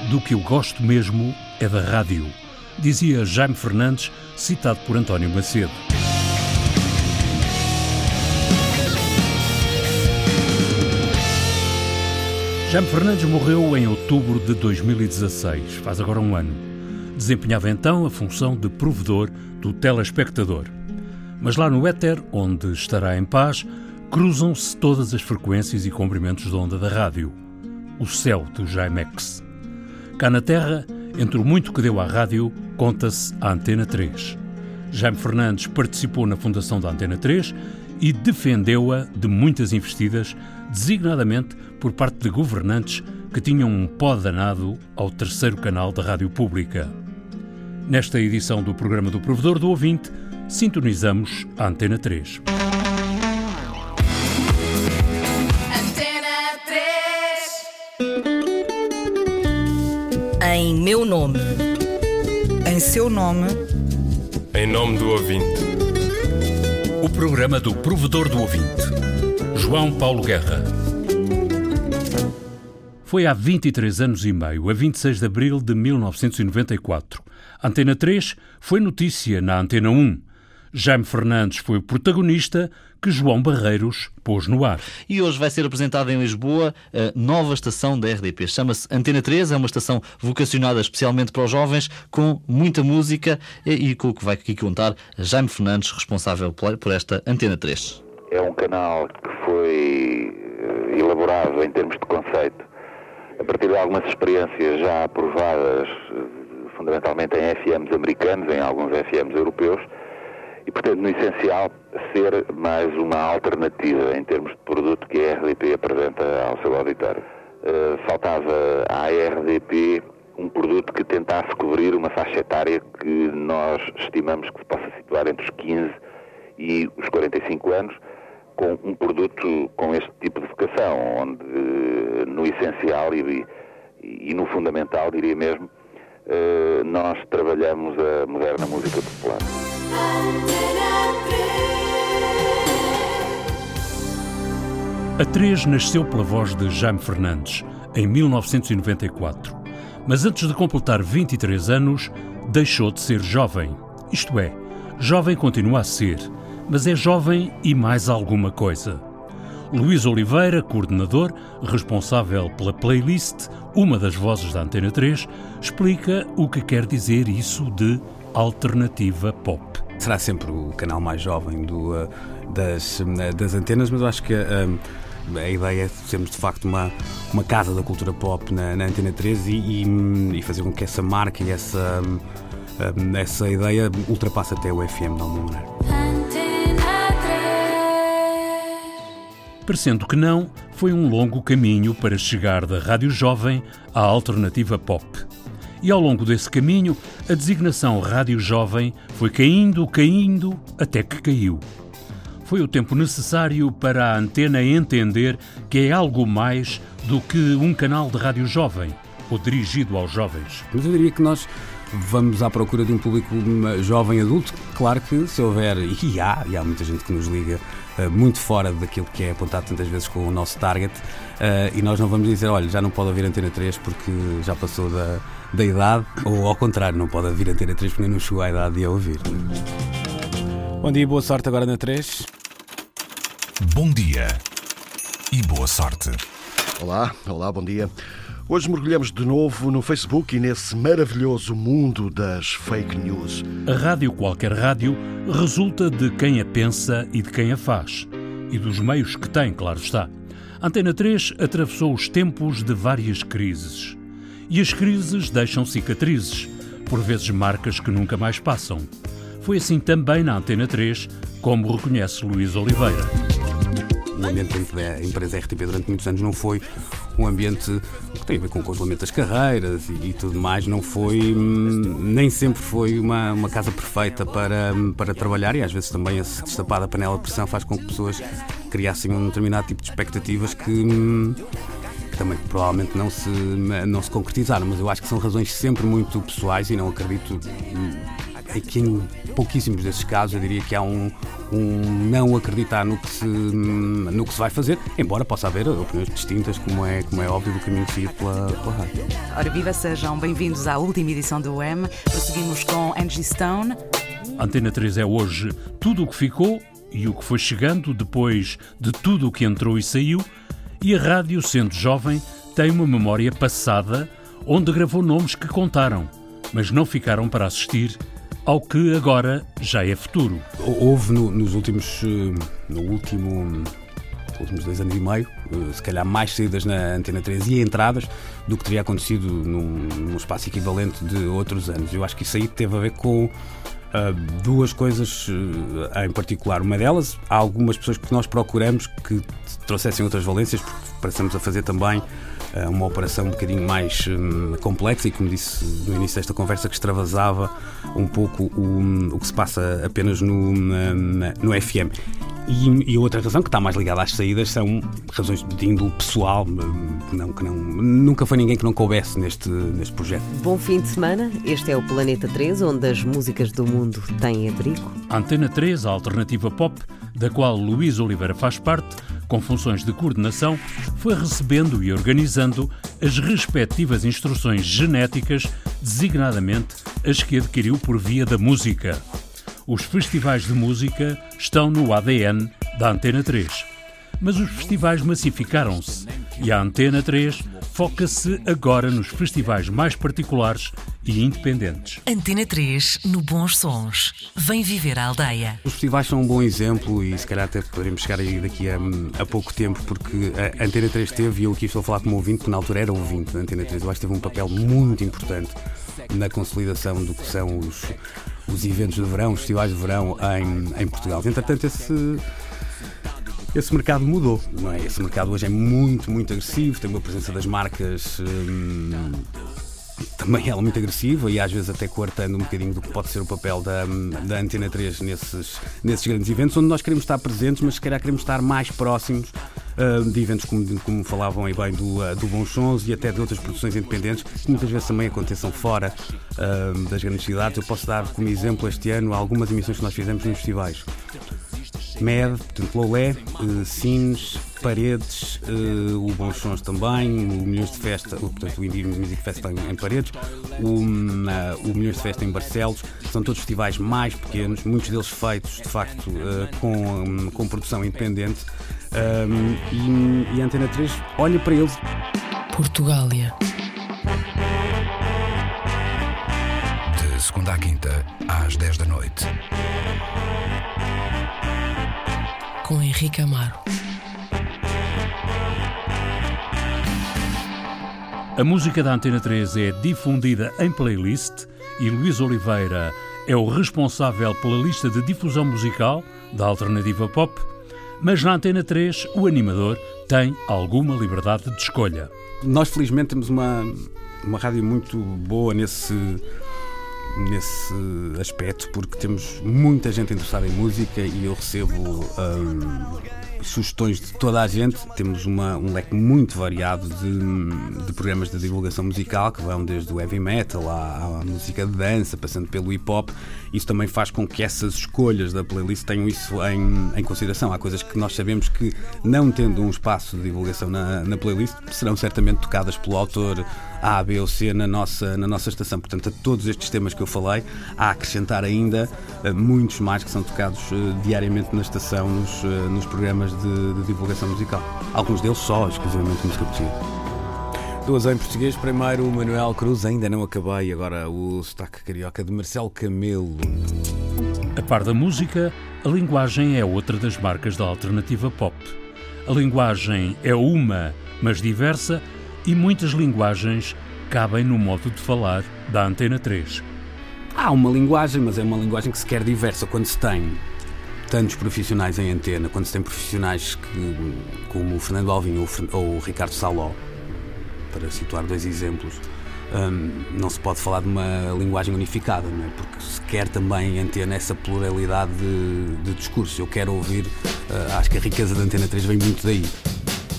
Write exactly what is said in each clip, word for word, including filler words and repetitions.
Do que eu gosto mesmo é da rádio, dizia Jaime Fernandes, citado por António Macedo. Jaime Fernandes morreu em outubro de dois mil e dezasseis, faz agora um ano. Desempenhava então a função de provedor do telespectador. Mas lá no éter, onde estará em paz, cruzam-se todas as frequências e comprimentos de onda da rádio. O céu do Jaimex. Cá na Terra, entre o muito que deu à rádio, conta-se a Antena três. Jaime Fernandes participou na fundação da Antena três e defendeu-a de muitas investidas, designadamente por parte de governantes que tinham um pó danado ao terceiro canal da rádio pública. Nesta edição do programa do Provedor do Ouvinte, sintonizamos a Antena três. Antena três. Em meu nome. Em seu nome. Em nome do ouvinte. O programa do Provedor do Ouvinte. João Paulo Guerra. Foi há vinte e três anos e meio, a vinte e seis de abril de mil novecentos e noventa e quatro. Antena três foi notícia na Antena um. Jaime Fernandes foi o protagonista que João Barreiros pôs no ar. E hoje vai ser apresentada em Lisboa a nova estação da R D P. Chama-se Antena três, é uma estação vocacionada especialmente para os jovens, com muita música e com o que vai aqui contar Jaime Fernandes, responsável por esta Antena três. É um canal que foi elaborado em termos de conceito a partir de algumas experiências já aprovadas fundamentalmente em F Ms americanos, em alguns F Ms europeus, e, portanto, no essencial, ser mais uma alternativa em termos de produto que a R D P apresenta ao seu auditório. Uh, faltava à R D P um produto que tentasse cobrir uma faixa etária que nós estimamos que se possa situar entre os quinze e os quarenta e cinco anos, com um produto com este tipo de vocação, onde, no essencial e, e no fundamental, diria mesmo, uh, nós trabalhamos a moderna música popular. A três nasceu pela voz de Jaime Fernandes, em mil novecentos e noventa e quatro. Mas antes de completar vinte e três anos, deixou de ser jovem. Isto é, jovem continua a ser, mas é jovem e mais alguma coisa. Luís Oliveira, coordenador, responsável pela playlist, uma das vozes da Antena três, explica o que quer dizer isso de alternativa pop. Será sempre o canal mais jovem do, uh, das, uh, das antenas, mas eu acho que uh, a ideia é sermos de facto uma, uma casa da cultura pop na, na Antena três e, e, e fazer com que essa marca e essa, uh, essa ideia ultrapasse até o F M de alguma maneira. Parecendo que não, foi um longo caminho para chegar da rádio jovem à alternativa pop. E ao longo desse caminho, a designação Rádio Jovem foi caindo, caindo, até que caiu. Foi o tempo necessário para a antena entender que é algo mais do que um canal de rádio jovem, ou dirigido aos jovens. Mas eu diria que nós vamos à procura de um público jovem adulto. Claro que se houver, e há, e há muita gente que nos liga uh, muito fora daquilo que é apontado tantas vezes com o nosso target, uh, e nós não vamos dizer, olha, já não pode ouvir Antena três porque já passou da, da idade, ou ao contrário, não pode ouvir Antena três porque não chegou à idade de a ouvir. Bom dia e boa sorte agora na três. Bom dia e boa sorte. Olá, olá, bom dia. Hoje mergulhamos de novo no Facebook e nesse maravilhoso mundo das fake news. A rádio, qualquer rádio, resulta de quem a pensa e de quem a faz. E dos meios que tem, claro está. A Antena três atravessou os tempos de várias crises. E as crises deixam cicatrizes, por vezes marcas que nunca mais passam. Foi assim também na Antena três, como reconhece Luís Oliveira. O ambiente dentro da empresa R T P durante muitos anos não foi um ambiente que tem a ver com o congelamento das carreiras e, e tudo mais, não foi, nem sempre foi uma, uma casa perfeita para, para trabalhar, e às vezes também a destapada panela de pressão faz com que pessoas criassem um determinado tipo de expectativas que, que também provavelmente não se, não se concretizaram, mas eu acho que são razões sempre muito pessoais e não acredito é que em pouquíssimos desses casos eu diria que há um, um não acreditar no que, se, no que se vai fazer, embora possa haver opiniões distintas, como é, como é óbvio, do caminho seguido pela, pela rádio. Ora viva, sejam bem-vindos à última edição do U M. Prosseguimos com Angie Stone. A Antena três é hoje tudo o que ficou e o que foi chegando depois de tudo o que entrou e saiu, e a rádio, sendo jovem, tem uma memória passada onde gravou nomes que contaram, mas não ficaram para assistir ao que agora já é futuro. Houve no, nos últimos, no último, últimos dois anos e meio, se calhar mais saídas na Antena três e entradas do que teria acontecido num, num espaço equivalente de outros anos. Eu acho que isso aí teve a ver com Uh, duas coisas uh, em particular. Uma delas, há algumas pessoas que nós procuramos que trouxessem outras valências, porque passamos a fazer também uh, uma operação um bocadinho mais um, complexa e, como disse no início desta conversa, que extravasava um pouco o, o que se passa apenas no, na, no F M. E, e outra razão que está mais ligada às saídas são razões de índole pessoal, que não, que não, nunca foi ninguém que não coubesse neste, neste projeto. Bom fim de semana. Este é o Planeta três, onde as músicas do mundo têm abrigo. A Antena três, a alternativa pop, da qual Luís Oliveira faz parte, com funções de coordenação, foi recebendo e organizando as respectivas instruções genéticas, designadamente as que adquiriu por via da música. Os festivais de música estão no A D N da Antena três. Mas os festivais massificaram-se e a Antena três foca-se agora nos festivais mais particulares e independentes. Antena três, no Bons Sons. Vem viver a aldeia. Os festivais são um bom exemplo e se calhar até poderemos chegar aí daqui a, a pouco tempo, porque a Antena três teve, e eu aqui estou a falar como ouvinte, que na altura era ouvinte da Antena três, eu acho que teve um papel muito importante na consolidação do que são os, os eventos de verão, os festivais de verão em, em Portugal. Entretanto, esse... Esse mercado mudou, não é? Esse mercado hoje é muito, muito agressivo, tem uma presença das marcas hum, também ela muito agressiva e às vezes até coartando um bocadinho do que pode ser o papel da, da Antena três nesses, nesses grandes eventos, onde nós queremos estar presentes, mas se calhar queremos estar mais próximos uh, de eventos como, como falavam aí bem do, uh, do Bons Sons e até de outras produções independentes, que muitas vezes também aconteçam fora uh, das grandes cidades. Eu posso dar como exemplo este ano algumas emissões que nós fizemos nos festivais. M E D, portanto, Lolé, uh, Sines, Paredes, uh, o Bons Sons também, o Milhões de Festa, uh, portanto, o Indie Music Festival em, em Paredes, o, uh, o Milhões de Festa em Barcelos. São todos festivais mais pequenos, muitos deles feitos, de facto, uh, com, um, com produção independente. Um, e, e a Antena três olha para eles. Portugália. De segunda à quinta, às dez da noite. Com Henrique Amaro. A música da Antena três é difundida em playlist e Luís Oliveira é o responsável pela lista de difusão musical da alternativa pop, mas na Antena três o animador tem alguma liberdade de escolha. Nós felizmente temos uma, uma rádio muito boa nesse... nesse aspecto, porque temos muita gente interessada em música e eu recebo hum, sugestões de toda a gente. Temos uma, um leque muito variado de, de programas de divulgação musical que vão desde o heavy metal à, à música de dança, passando pelo hip hop. Isso também faz com que essas escolhas da playlist tenham isso em, em consideração. Há coisas que nós sabemos que, não tendo um espaço de divulgação na, na playlist, serão certamente tocadas pelo autor A, B ou C na nossa, na nossa estação. Portanto, a todos estes temas que eu falei, há a acrescentar ainda uh, muitos mais que são tocados uh, diariamente na estação, nos, uh, nos programas de, de divulgação musical. Alguns deles só, exclusivamente música portuguesa. Duas em português. Primeiro, o Manuel Cruz, Ainda Não Acabei. Agora, o sotaque carioca de Marcelo Camelo. A par da música, a linguagem é outra das marcas da alternativa pop. A linguagem é uma, mas diversa, e muitas linguagens cabem no modo de falar da Antena três. Há uma linguagem, mas é uma linguagem que se quer diversa. Quando se tem tantos profissionais em antena, quando se tem profissionais que, como o Fernando Alvim ou, ou o Ricardo Saló, para situar dois exemplos, um, não se pode falar de uma linguagem unificada, não é? Porque se quer também em antena essa pluralidade de, de discurso. Eu quero ouvir, uh, acho que a riqueza da Antena três vem muito daí.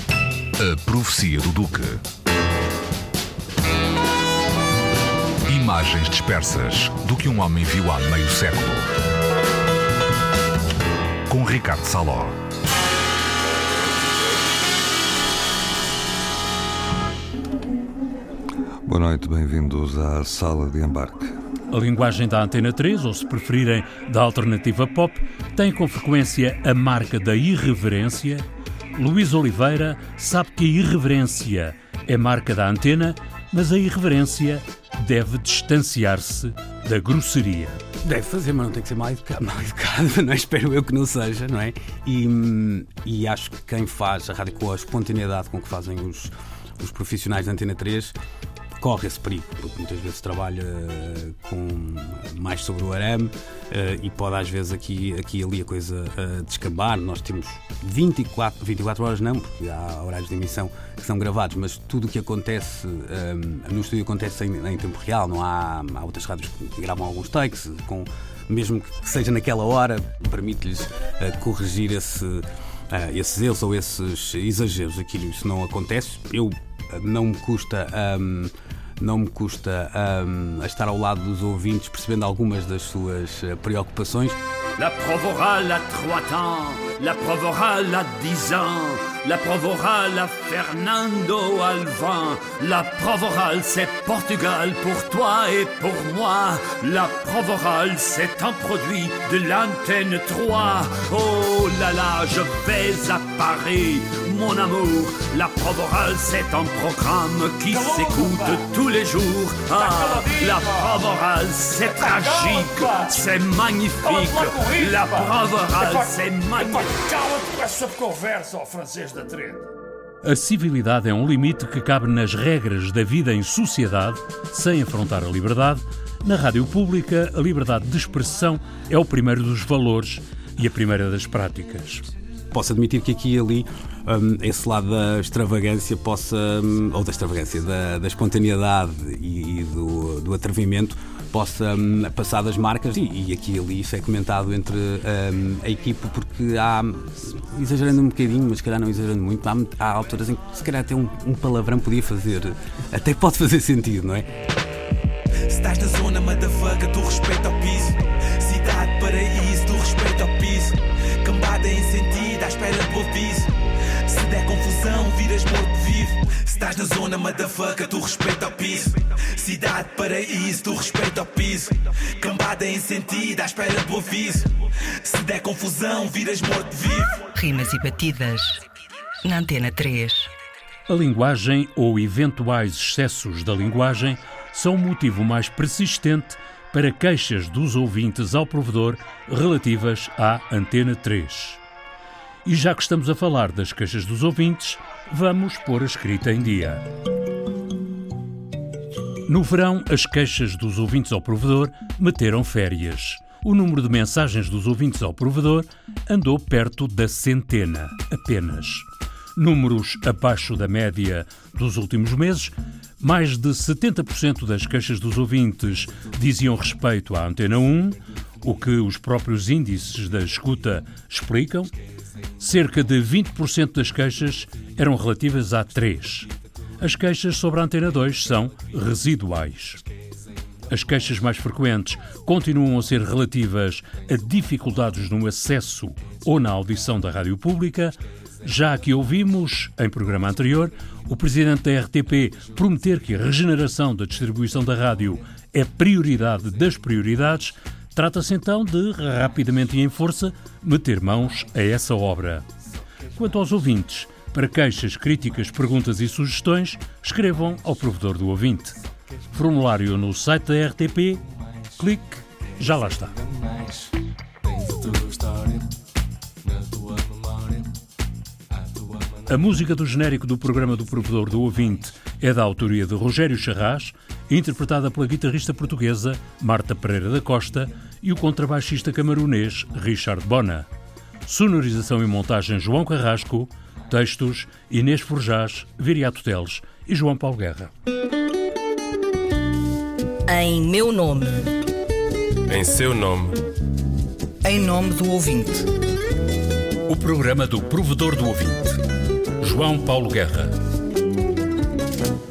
A Profecia do Duque. Imagens dispersas do que um homem viu há meio século. Com Ricardo Saló. Boa noite, bem-vindos à sala de embarque. A linguagem da Antena três, ou se preferirem, da alternativa pop, tem com frequência a marca da irreverência. Luís Oliveira sabe que a irreverência é marca da antena, mas a irreverência deve distanciar-se da grosseria. Deve fazer, mas não tem que ser mal educado, mal educado, não é? Espero eu que não seja, não é? E, e acho que quem faz a rádio com a espontaneidade com que fazem os, os profissionais da Antena três corre esse perigo, porque muitas vezes trabalha com mais sobre o arame e pode às vezes aqui, aqui e ali a coisa descambar. Nós temos vinte e quatro, vinte e quatro horas não, porque há horários de emissão que são gravados, mas tudo o que acontece um, no estúdio acontece em, em tempo real. Não há, há outras rádios que gravam alguns takes, com, mesmo que seja naquela hora, permite-lhes uh, corrigir esse, uh, esses erros ou esses exageros. Aquilo isso não acontece. Eu uh, não me custa um, não me custa um, estar ao lado dos ouvintes, percebendo algumas das suas uh, preocupações. La preuve orale à trois ans, la preuve orale à dix ans, la preuve orale à Fernando Alvan, la preuve orale c'est Portugal pour toi et pour moi, la preuve orale c'est un produit de l'Antenne trois. Oh là là, je vais à Paris, mon amour, la preuve orale c'est un programme qui s'écoute tous les jours. Ah, la preuve orale c'est tragique, c'est magnifique. La preuve orale, c'est magnifique. Cala-te com essa conversa ao francês da treta. A civilidade é um limite que cabe nas regras da vida em sociedade, sem afrontar a liberdade. Na rádio pública, a liberdade de expressão é o primeiro dos valores e a primeira das práticas. Posso admitir que aqui e ali um, esse lado da extravagância possa, um, ou da extravagância, da, da espontaneidade e, e do, do atrevimento possa um, passar das marcas e, e aqui e ali isso é comentado entre um, a equipe, porque há, exagerando um bocadinho, mas se calhar não exagerando muito, há, há alturas em que se calhar até um, um palavrão podia fazer, até pode fazer sentido, não é? Se estás na zona, motherfucker, tu respeita ao piso. Cidade, paraíso, tu respeita ao piso. Cambada em sentido, à espera do aviso. Se der confusão, viras morto-vivo. Se estás na zona, motherfucker, tu respeita ao piso. Cidade, paraíso, tu respeita ao piso. Cambada em sentido, à espera do aviso. Se der confusão, viras morto-vivo. Rimas e batidas na Antena três. A linguagem ou eventuais excessos da linguagem são o motivo mais persistente para queixas dos ouvintes ao provedor relativas à Antena três. E já que estamos a falar das queixas dos ouvintes, vamos pôr a escrita em dia. No verão, as queixas dos ouvintes ao provedor meteram férias. O número de mensagens dos ouvintes ao provedor andou perto da centena, apenas. Números abaixo da média dos últimos meses, mais de setenta por cento das queixas dos ouvintes diziam respeito à Antena um, o que os próprios índices da escuta explicam. Cerca de vinte por cento das queixas eram relativas à três. As queixas sobre a Antena dois são residuais. As queixas mais frequentes continuam a ser relativas a dificuldades no acesso ou na audição da rádio pública. Já que ouvimos, em programa anterior, o presidente da R T P prometer que a regeneração da distribuição da rádio é prioridade das prioridades, trata-se então de, rapidamente e em força, meter mãos a essa obra. Quanto aos ouvintes, para queixas, críticas, perguntas e sugestões, escrevam ao provedor do ouvinte. Formulário no site da R T P, clique, já lá está. A música do genérico do programa do Provedor do Ouvinte é da autoria de Rogério Charras, interpretada pela guitarrista portuguesa Marta Pereira da Costa e o contrabaixista camerunês Richard Bona. Sonorização e montagem João Carrasco, textos Inês Forjás, Viriato Teles e João Paulo Guerra. Em meu nome. Em seu nome. Em nome do ouvinte. O programa do Provedor do Ouvinte. João Paulo Guerra.